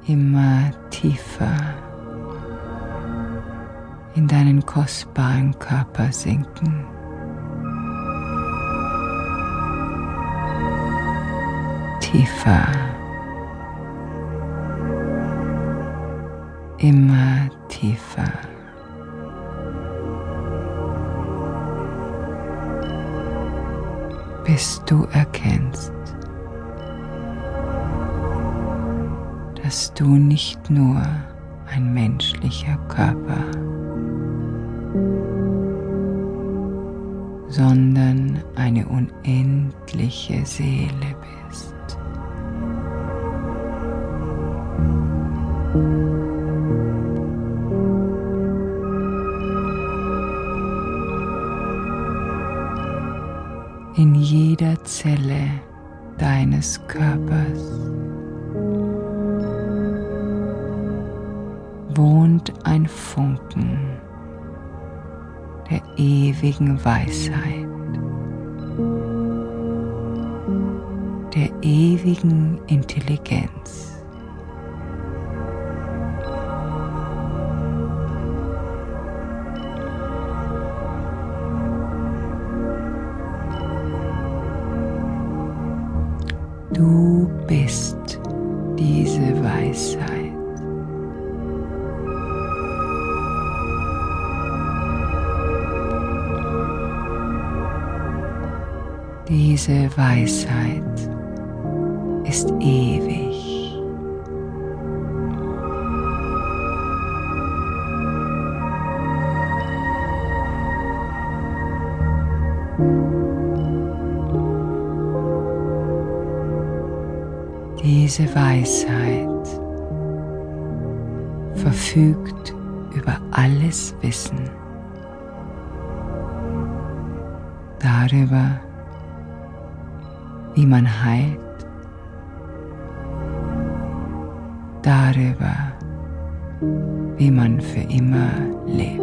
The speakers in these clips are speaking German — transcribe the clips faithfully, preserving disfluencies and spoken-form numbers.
immer tiefer in deinen kostbaren Körper sinken. Tiefer, immer tiefer. Bis du erkennst, dass du nicht nur ein menschlicher Körper, sondern eine unendliche Seele bist. In jeder Zelle deines Körpers wohnt ein Funken der ewigen Weisheit, der ewigen Intelligenz. Du bist diese Weisheit. Diese Weisheit ist ewig. Diese Weisheit verfügt über alles Wissen, darüber, wie man heilt, darüber, wie man für immer lebt.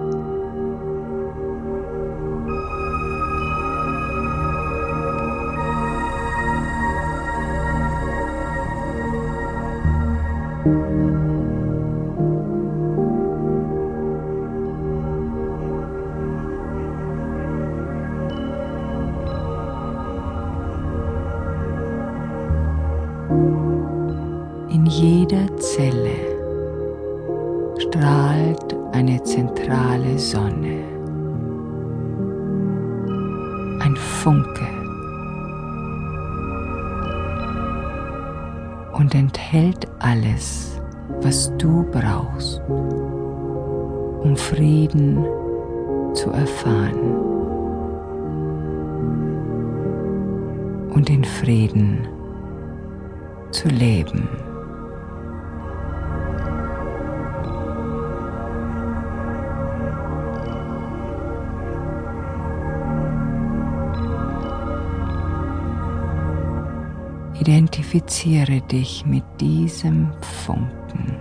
In jeder Zelle strahlt eine zentrale Sonne, ein Funke, und enthält alles, was du brauchst, um Frieden zu erfahren und in Frieden zu leben. Identifiziere dich mit diesem Funken.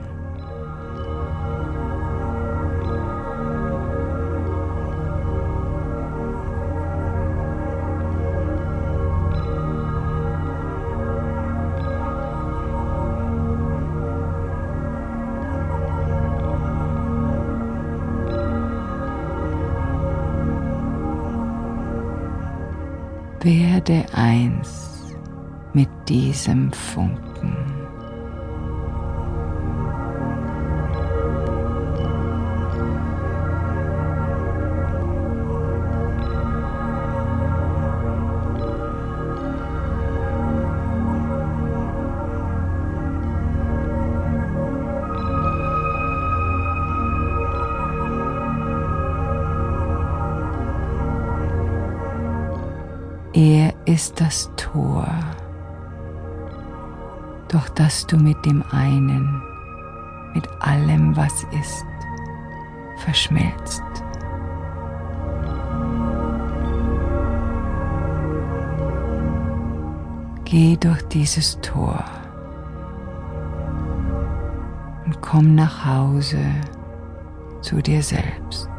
Werde eins mit diesem Funken. Er ist das Tor, durch das du mit dem einen, mit allem, was ist, verschmilzt. Geh durch dieses Tor und komm nach Hause zu dir selbst.